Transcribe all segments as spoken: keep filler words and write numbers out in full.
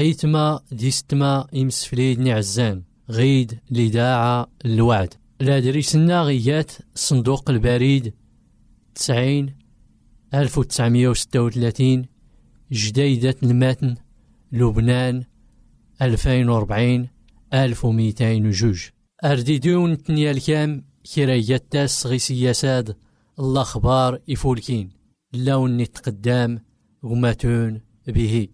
هيتما ديستما إمسفليد نعزان غيد لداعة الوعد لا دريسنا غيات صندوق البريد تسعين ألف وتسعمية وستة وثلاثين جديدة المتن لبنان ألفين وربعين ألف ومئتين وجوج أرديدون تنيا الكام كرايات تاس غي سياساد الأخبار إفولكين اللون نتقدام غماتون به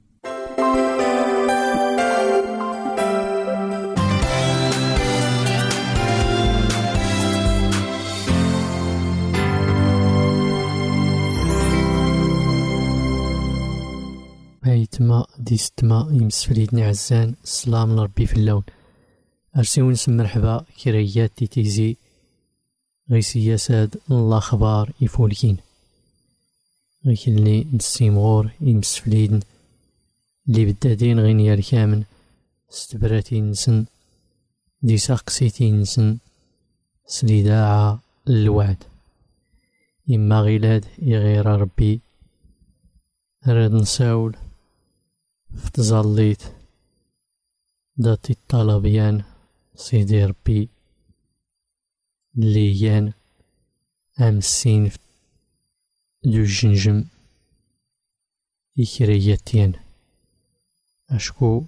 هيتما ديستما يمسفليد نعزان السلام لربي في اللون أرسيون نسم مرحبا كرايات دي تيزي غي سياساد الأخبار يفولكين غي كلي نسيمغور يمسفليدن اللي بدادين غينيا الكامن ستبراتي نسن دي ساقسيتي نسن سليداعة الوعد إما غيلاد يغير ربي راد نساول فتزاليت داتي الطلبيان سيدي ربي ليان أمسين دو جنجم إكرياتيان أشكو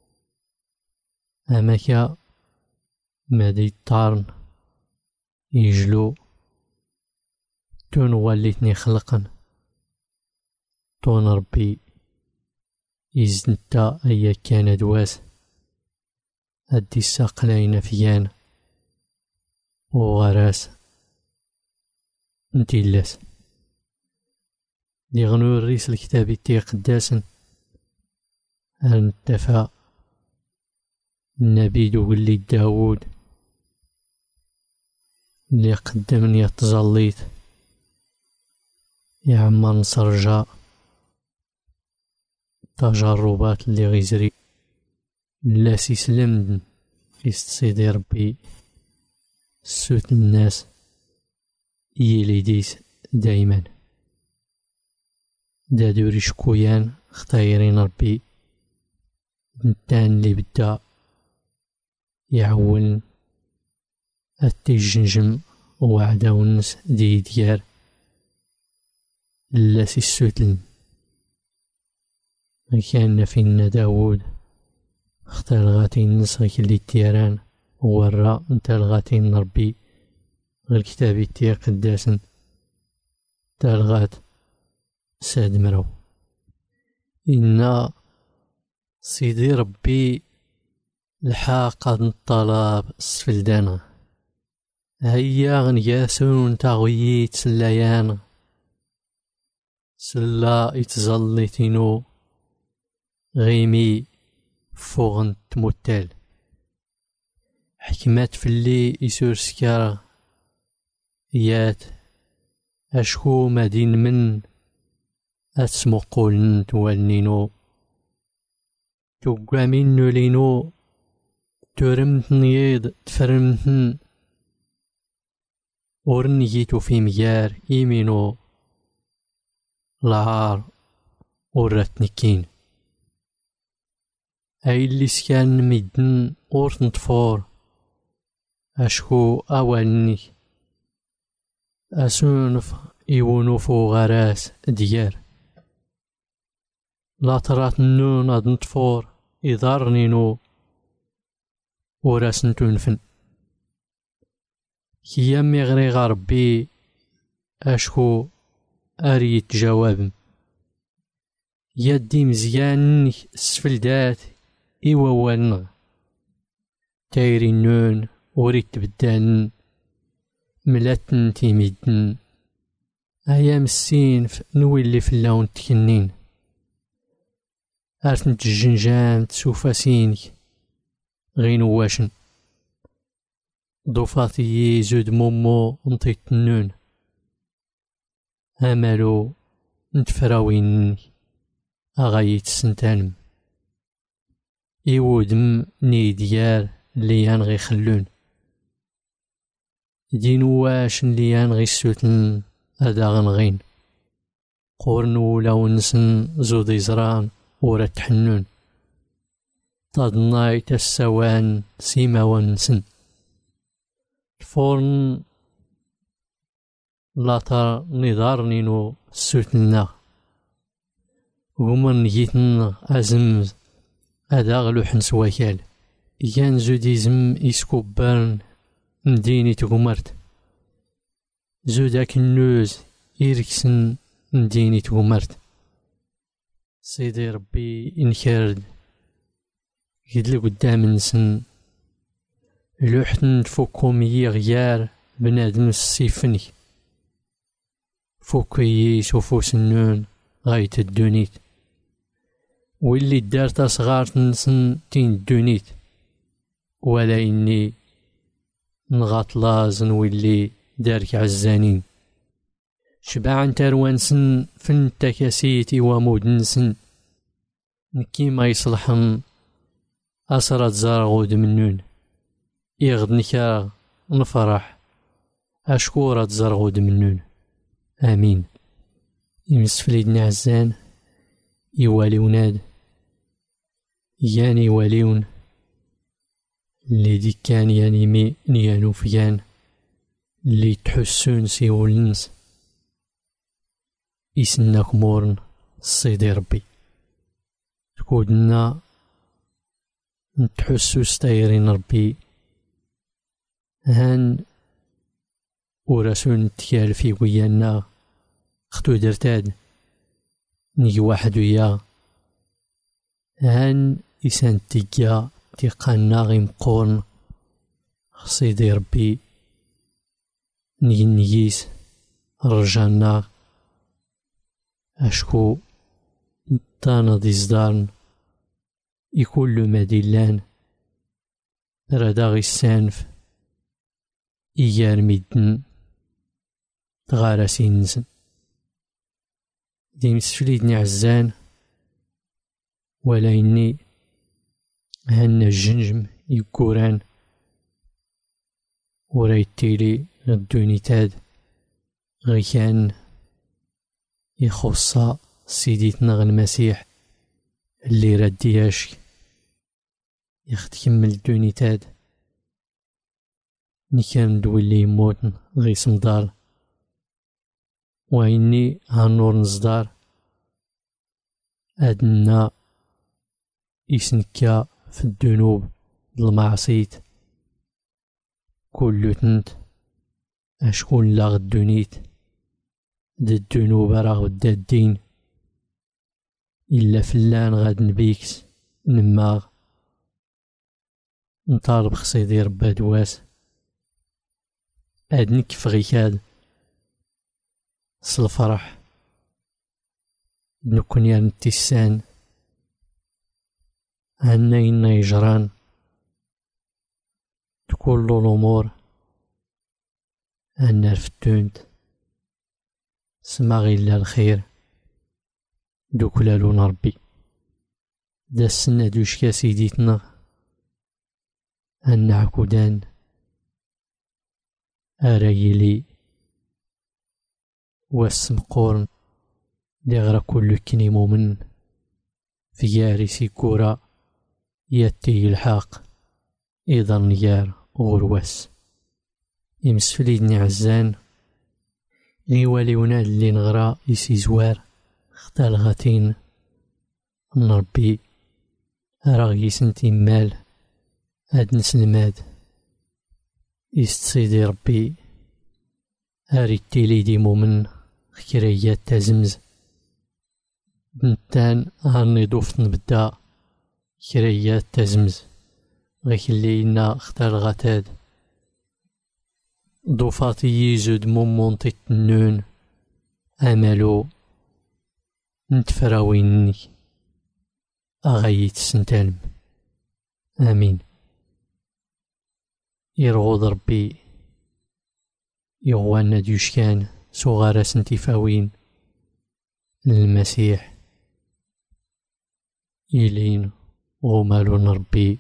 أماكا مادي الطارن يجلو تون واليتني خلقا تون ربي يزنتا أيا كان دواس أدي الساقلين فيان وغراس انتي اللاس دي غنو الرئيس الكتابي تي قداسن هل نتفا النبي دوغلي داود اللي قدمني يتزليت يا عمان نصرجا تجربات اللي غيزري لا سيسلم يستصيدي ربي سوت الناس يلي ديس دايما دا دوري شكويان اختايرين ربي نتان اللي بدا يعول اتي الجنجم وعدا ونس دي ديار لا سيسوتلن كان فينا داود اختار غاتي النس غيك اللي تيران ورا انت الغاتي ربي غير كتابي تي قداسن تالغات ساد مرو إن سيدي ربي الحاقة الطلاب السفلدانا هيا غنياسون تاغويت سلايان سلا يتزليتينو غيمي فوغن تموتال حكمات في اللي يسور سكارة يات أشكو مدين من أسمو قولن توالنينو توقامين نولينو تورمتن يض تفرمتن ورنيتو في ميار إيمينو العار وراتنكين أي اللي سكان ميدن أورتن تفور أشكو أوالني أسونف إيونو فو غراس ديار لا ترات النون أد نتفور إضارنينو وراس نتونفن كيامي غري غربي أشكو أريت جواب يدي مزيان السفلدات إيوا والنغ تايري النون وريت بدان ملاتن تيميدن أيام السينف نولي في اللون تكنين أرثنت الجنجام تسوفا سينك غين واشن ضفاتي زود مومو نطيت النون أمالو نتفراوين أغايت سنتانم إيودم نيديار ليان غي خلون دين واشن ليان غي سوتن أداغن غين قورن ولا ونسن زود يزران ورا تحنون تضناي تسوان سيما ونسن الفرن لاطر نضار نينو سوتنا ومن جيتن أزمز هذا غلوح نسواكال يان زوديزم إسكوبان مديني تغمرت زوداك النوز إيركسن مديني تغمرت سيدي ربي إنكارد يدلي قدام نسن لوحتن فوكم يغيار بنادم السيفني فوكي سوفوس النون غايت الدونيت واللي دارت صغار نسن تين الدونيت ولا إني نغاط لازن واللي دارك عزانين شبعان تروانسن فن تكاسيتي ومود نسن نكي ما يصلحن أسرات زارغود منون يغد نكا نفرح أشكورة زارغود منون آمين. يمسفليدنا عزان يوالي وناد ياني واليون اللي دي كان يعني مي نيانو فيان اللي تحسون سيولنس يسناك مورن الصيدي ربي تكودنا نتحسو ستايرين ربي هان ورسول نتكال في ويانا اختو درتاد نيجي واحد ويا هان إسان تيجا تيقانا غي مقورن خصيدي ربي نيجي نيجيس رجعنا أشكو تانا دي زدارن يكون مديلان رادا غي السانف إيار ميدن تغارا سينزن دي مسفليدني عزان ولا إني هنا الجنجم يكوران وريتيلي غدوني تاد غي كان يخصا سيديتنا غ المسيح اللي ردياش يختكمل دوني تاد نكان دولي يموتن غي سمدار وإني هالنور نصدار أدنا يسنكا في الذنوب المعصيت كل تنت أشكون لا غدونيت د الذنوب راه غدا الدين إلا فلان غاد نبيكس نماغ نطالب خصيدي ربا دواس هاد نكف غيكاد صالفرح نكون يا نتيسان هنا إنا يجران تكون له الأمور هنا رفتونت سما غيلا الخير دوكلالون ربي دا السنة دوش كاسيديتنا هنا عكودان أرايلي والسمقورن دي غرا كل كني مؤمن في ياري سيكورا ياتي الحاق إذا نيار غرواس يمسفليدني عزان نيوالي وناد اللي نغرا يسي زوار اختال غاتين نربي راغي سنتي مال هاد نسلماد يستصيدي ربي هاري التيلي دي مؤمن خكريات تازمز بنتان هاني دوفت نبدا كريات تازمز غيك اللي إنا اختار غاتاد دوفاتي يزود مومونتي التنون أملو نتفراويني أغايت سنتالم آمين. يرغض ربي يغوانا ديوشكان صغار سنتفاوين للمسيح إلين غمالون ربي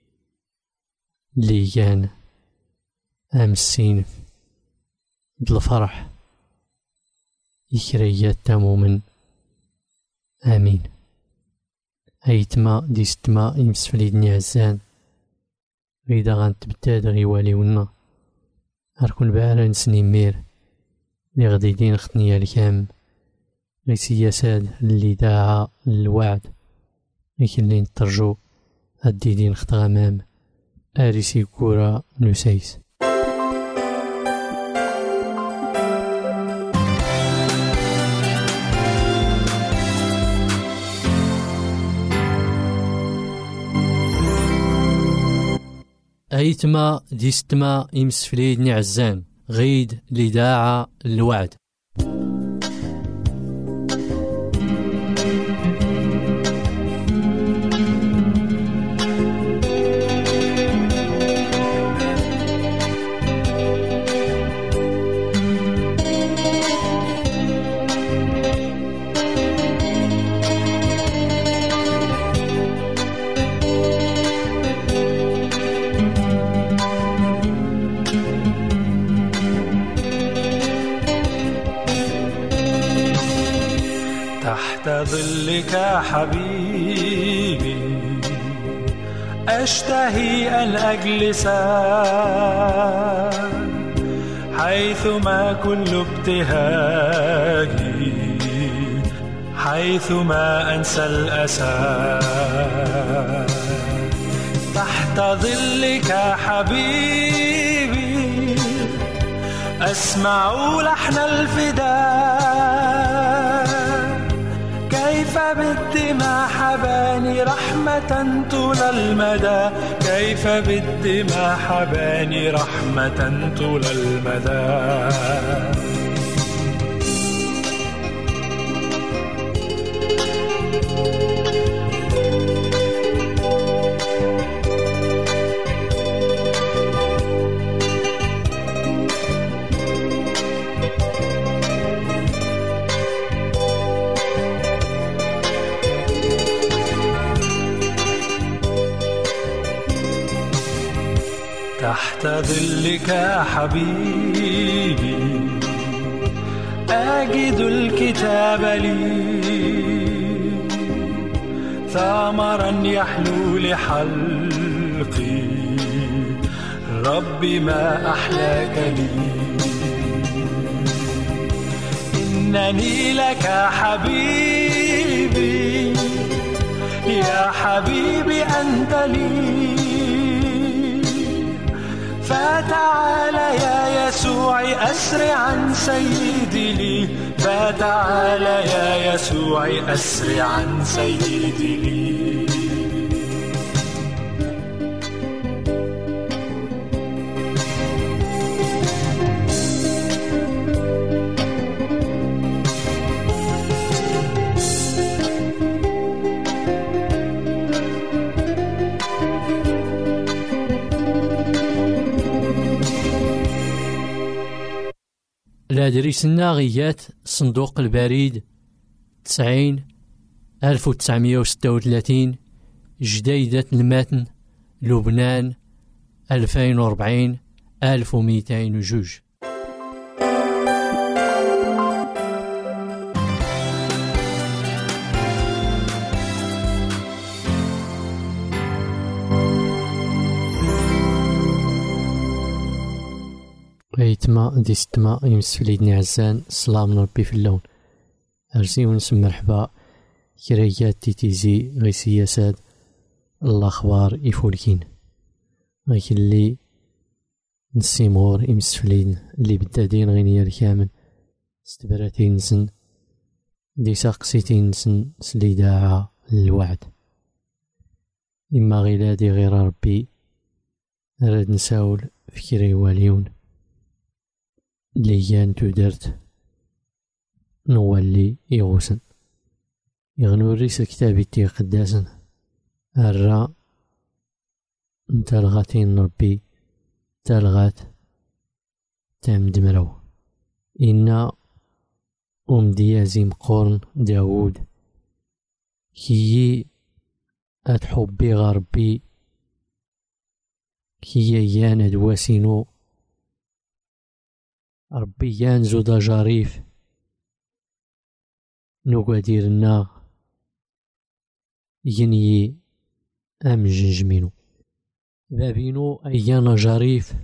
ليان أمسين بالفرح إكريات تمومن آمين هيتما دي ستما يمسفليدني عزان غيدا غنتبداد غيواليونا هركون بعرا نسني مير لي غديدين خطنيا الكام غي سياساد اللي داعا الوعد اللي نترجو هديدين خط غمام اريسي كورا نسيس. أيتما ديستما يمسفليدني عزان غيد لداعة الوعد. تحت ظلك حبيبي أشتهي أن أجلس حيثما كل ابتهاجي حيثما أنسى الأسى. تحت ظلك حبيبي أسمع لحن الفداء كيف بالدماء حباني رحمة طول المدى كيف بالدماء حباني رحمة طول المدى. تحت ظلك حبيبي أجد الكتاب لي ثمرا يحلو لحلقي ربي ما أحلاك لي. إنني لك حبيبي يا حبيبي أنت لي فتعال يا يسوع أسرعا سيدي لي فتعال يا يسوع أسرعا سيدي لي. الأدريسنا غيات صندوق البريد تسعين ألف وتسعمية وستة وثلاثين جديدة المتن لبنان ألفين وربعين ألف ومئتين وجوج. غيتما ديستما يمسفليدني عزان سلام ربي في اللون أرسي ونسم مرحبا كريات تيتيزي غي سياسات الأخبار يفولكين غيك اللي نسيمور يمسفلين اللي بدادين غينيا الكامل استبراتين نسن دي ساقسيتين نسن سليداعة الوعد إما غيلادي غير ربي راد نساول فكري واليون ليان تودرت نولي يغوسن يغنو الريس كتابي تي قداسن الرا نتالغاتين ربي تالغات تام دمرو إنا أم ديازيم قرن داود كي أتحبي غربي كي يانا دواسينو ربي يانزو دا جاريف نوغا ديرنا يني أم جنجمينو بابينو أيانا جريف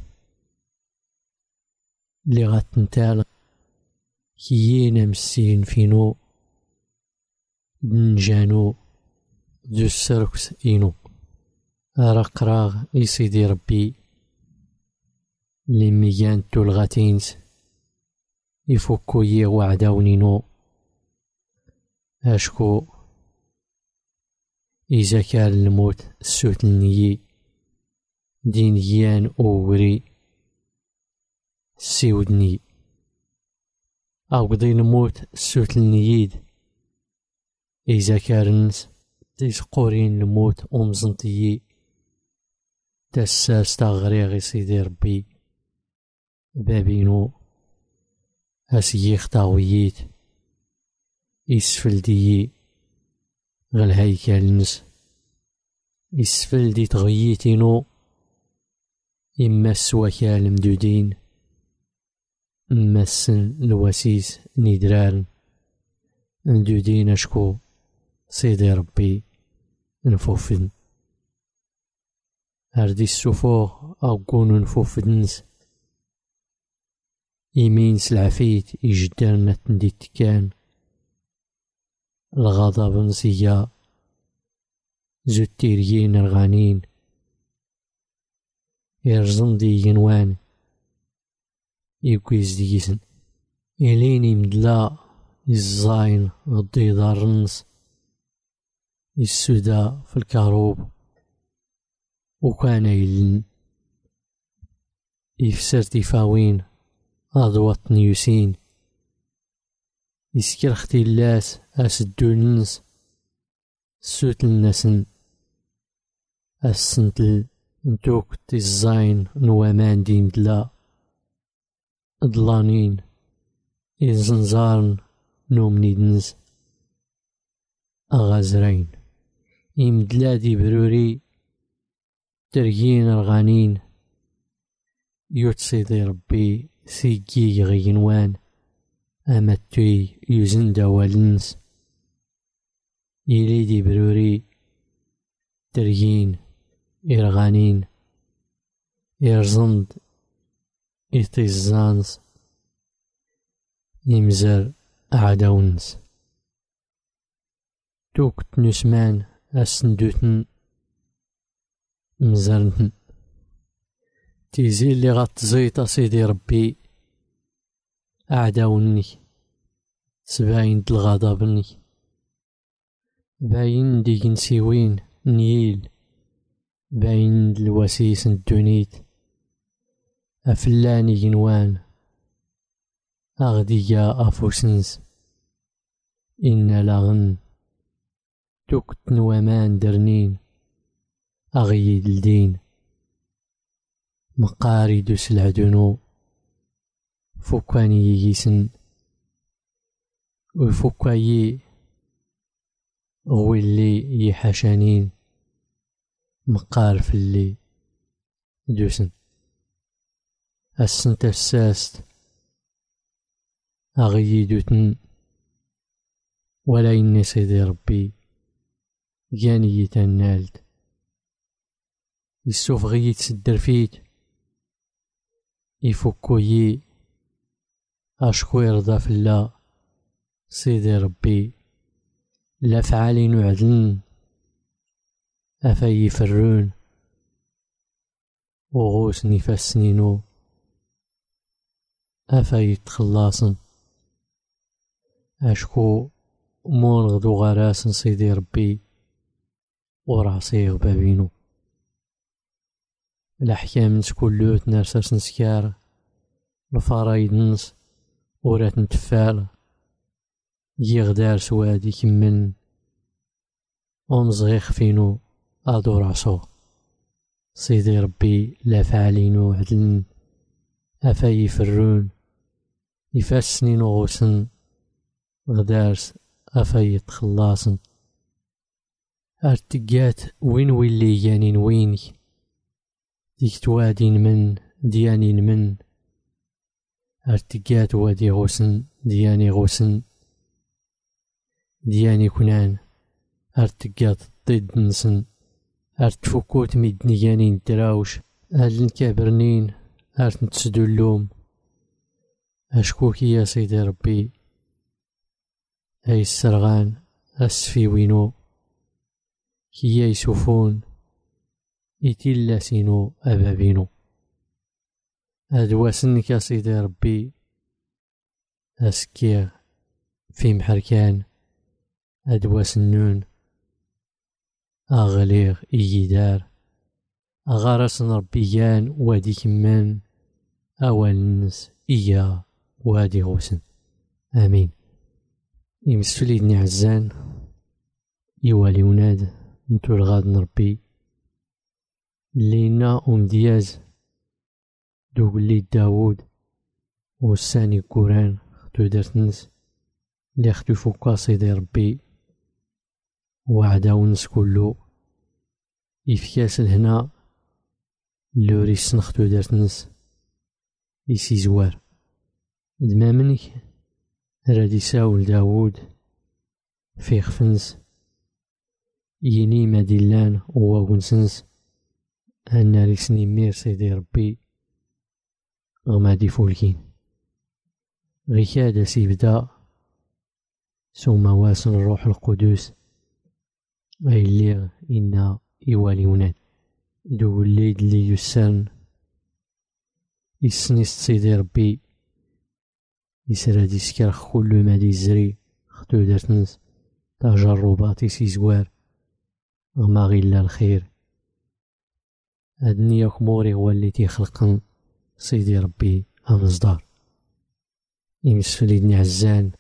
اللي غاتنتال كيينا مسين فينو نجانو دو السركس إينو أرقراغ يسيدي ربي اللي ميان تولغاتينس يفكو يه وعداونينو أشكو إذا كان الموت السوتلني دين يان أوري سيودني أو قضي الموت السوتلنييد إذا كارنس تيسقورين الموت أمزنطيي تساس تغريغي سيدي ربي بابينو أسيخ تاوييت إسفل ديي غالهيكل نس إسفل دي تغييتينو إما السواكال المدودين إما السن الوسيس ندران مدودين أشكو سيدي ربي نفوفن هردي السفوغ أقونو نفوفنس يمين سلعفيت يجدرنا تنديت كان الغضب نسيا زو التيريين الغانين يرزن دي ينوان يكويز ديسن إليني مدلا الزاين غدي دارنس السودا في الكاروب وكان يلن يفسر تفاوين أضوات نيوسين يسكر اختلاس أسدوننس سوت النسن السنتل نتوك تيزاين نوامان دي مدلا ضلانين إزنزارن نومنيدنس أغازرين إمدلا دي بروري ترجين الغانين يوتسيدي ربي سيجي غينوان أمتوي يوزن دوالنس يليدي بروري ترجين إرغانين إرزند إتيزانس يمزر أعداونس توكت نسمان أسندوتن مزرنتن تيزي اللي غاتزيط سيدي ربي أعداوني سباين دالغضبني باين ديك نسيوين نيل باين الوسيس ندونيت أفلاني جنوان أغديا أفوسنس إن لغن توكت نوامان درنين أغيد الدين مقاري دوس العدنو فوكاني يجيسن وفوكايي غويلي يحشانين مقار في اللي دوسن السنت الساست أغيدوتن ولا إني سيدي ربي جاني تنالد يسوف غيت سدر فيت يفكوي أشكو يرضى في الله سيدي ربي لا فعالين وعدلن أفاي يفرون وغوس نفاس سنينو أفاي يتخلصن أشكو مون غدو غراسن سيدي ربي وراسي غبابينو الأحكام نس كلوت نرساس نسكار الفرايد نس ورات نتفال يغدار سوادي كمن أمزغيخ فينو أدو راسو سيدي ربي لا فعلينو عدلن أفاي يفرون يفاسنين غوسن غدارس أفاي يتخلصن أرتقات وين ويلي يانين وينك ديك توادين من ديانين من أرتقات وادي غوسن دياني غوسن دياني كنان أرتقات ضد نسن أرت فكوت ميدنيانين دراوش أهل كابرنين أرت نتسدو اللوم أشكوكي يا سيدي ربي أي السرغان أسفي وينو كي يسوفون إتيلا سينو أبابينو أدواسنك يا سيدي ربي أسكير في محركان أدواسنون أغليغ إيدار أغارس ربيان وادي كمان أول نس إيا وادي غوسن آمين. يمسفليدني عزان يوالي وناد نتو الغاد نربي لينا أمدياز دوق لي داود والساني كوران خدو درتنس لي خدو فوكا سيدي ربي وعدا ونس كلو يفكاس الهنا لوريس نخدو درتنس يسي زوار دمامنك رادي ساول داود في خفنس يني مدلان وواغنسنس أنا ريسني مير سيدي ربي غمادي فولكين غيكاد سيبدا ثم واسن الروح القدس غيليغ إنا إيواليونات دو الليد لي يسان يسنيست سيدي ربي يسرى ديسكار كل ما ديزري خدو درتنس تجرباتي سي زوار غما غيلا الخير هادني ياكموري هو اللي تيخلقن سيدي ربي أمصدار يمسفليدني عزان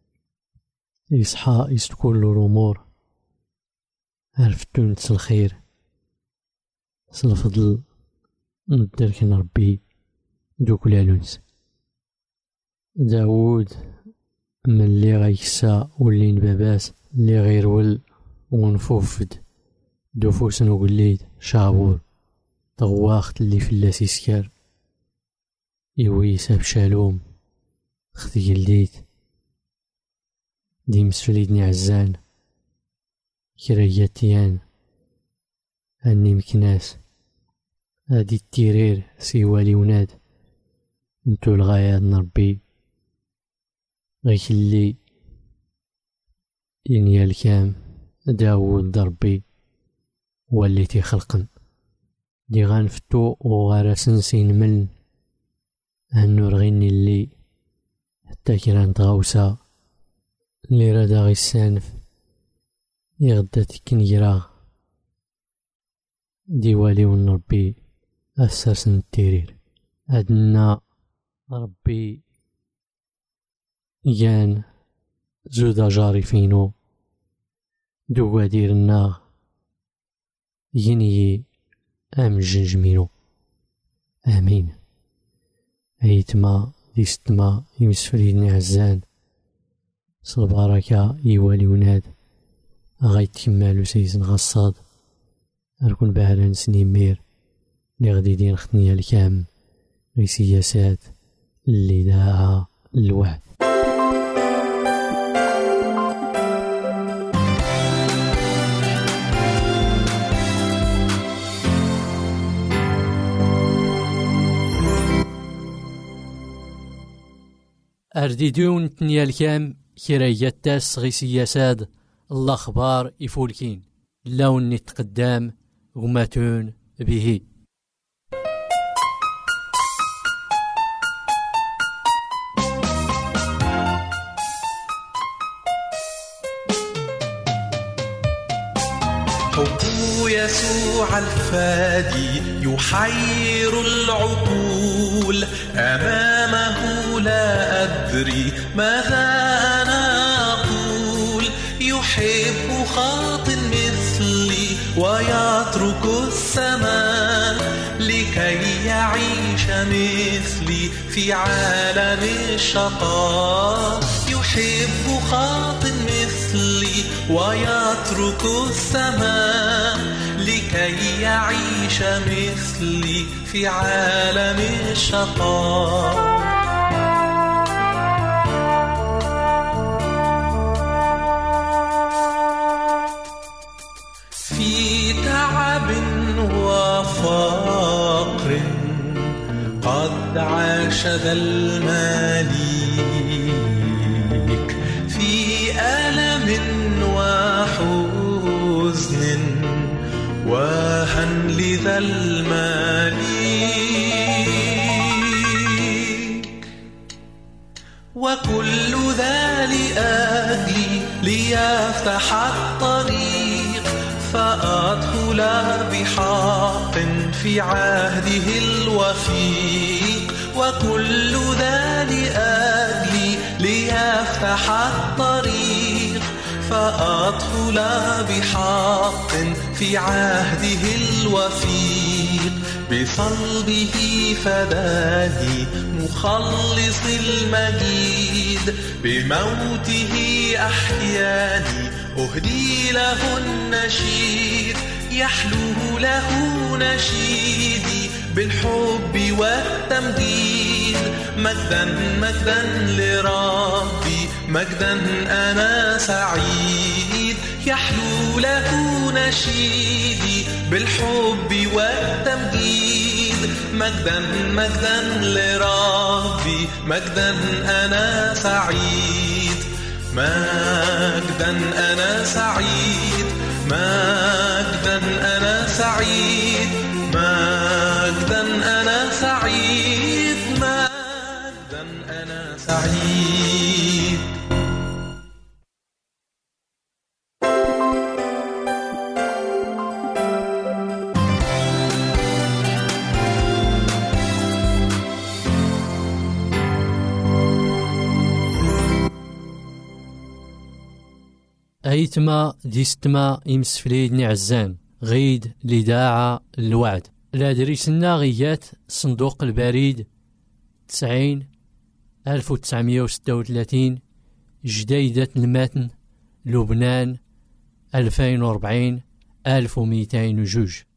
يصحى يستكون له الأمور عرفتو نتس الخير سالفضل ندركن ربي دوك العلونس داود من اللي غيكسا واللي نباباس اللي غيرول ونفوفد دوفوس نوغليد شابور طواخت اللي فلاس يسكر يويس بشالوم خذي جلديت دي مسفليدني عزان كرياتيان أني مكناس هادي التيرير سيوالي وناد نتو الغايات نربي غيك اللي ينيا الكام داود دربي واللي تيخلقن دي غانفتو وغارسن سينمل هنور غيني اللي حتى كيران تغاوسا اللي رادا غي السانف يغدا تكنيرا ديوالي ونربي أساسن التيرير أدنا ربي يان زودا جاري فينو دوا ديرنا يني أم جنجمينو آمين. أيتما ديستما يمسفليدني عزان صلباركا يوالي وناد غايت كمالو سيزن غصاد أركون بهران سنيمير لي غدي دين ختنيا الكام غي سياسات اللي داعا الوعد. أرديدون تنيا الكام كرايات تاس غي سياسات الأخبار يفولكين لون نتقدام غماتون به. حب يسوع الفادي يحير العقول أمامه لا أدري ماذا أنا أقول. يحب خاطٍ مثلي ويترك السماء لكي يعيش مثلي في عالم الشقاء. يحب خاطٍ مثلي ويترك السماء لكي يعيش مثلي في عالم الشقاء. قد عاش ذا المليك في ألم وحزن وهن لذا المليك، وكل ذا لأجلي ليفتح الطريق فأدخل بحق في عهده الوثيق، وكل ذا لأجلي ليفتح الطريق فأدخل بحق في عهده الوثيق، بصلبه فداني مخلص المجيد، بموته أحياني أهدي له النشيد، يحلو له نشيدي بالحب والتمجيد، مجدا مجدا لربي مجدا أنا سعيد، يحلو له نشيدي بالحب والتمجيد، مجدا مجدا لربي مجدا أنا سعيد، مجدا أنا سعيد، مجدا أنا سعيد، مجدا أنا سعيد، مجدا أنا سعيد. أيتما ديستما إمسفليدني عزان غيد لداعة الوعد لا دريسنا غيات صندوق البريد تسعين ألف وتسعمية وستة وثلاثين جديدة المتن لبنان ألفين وأربعين ألف ومئتين وجوج.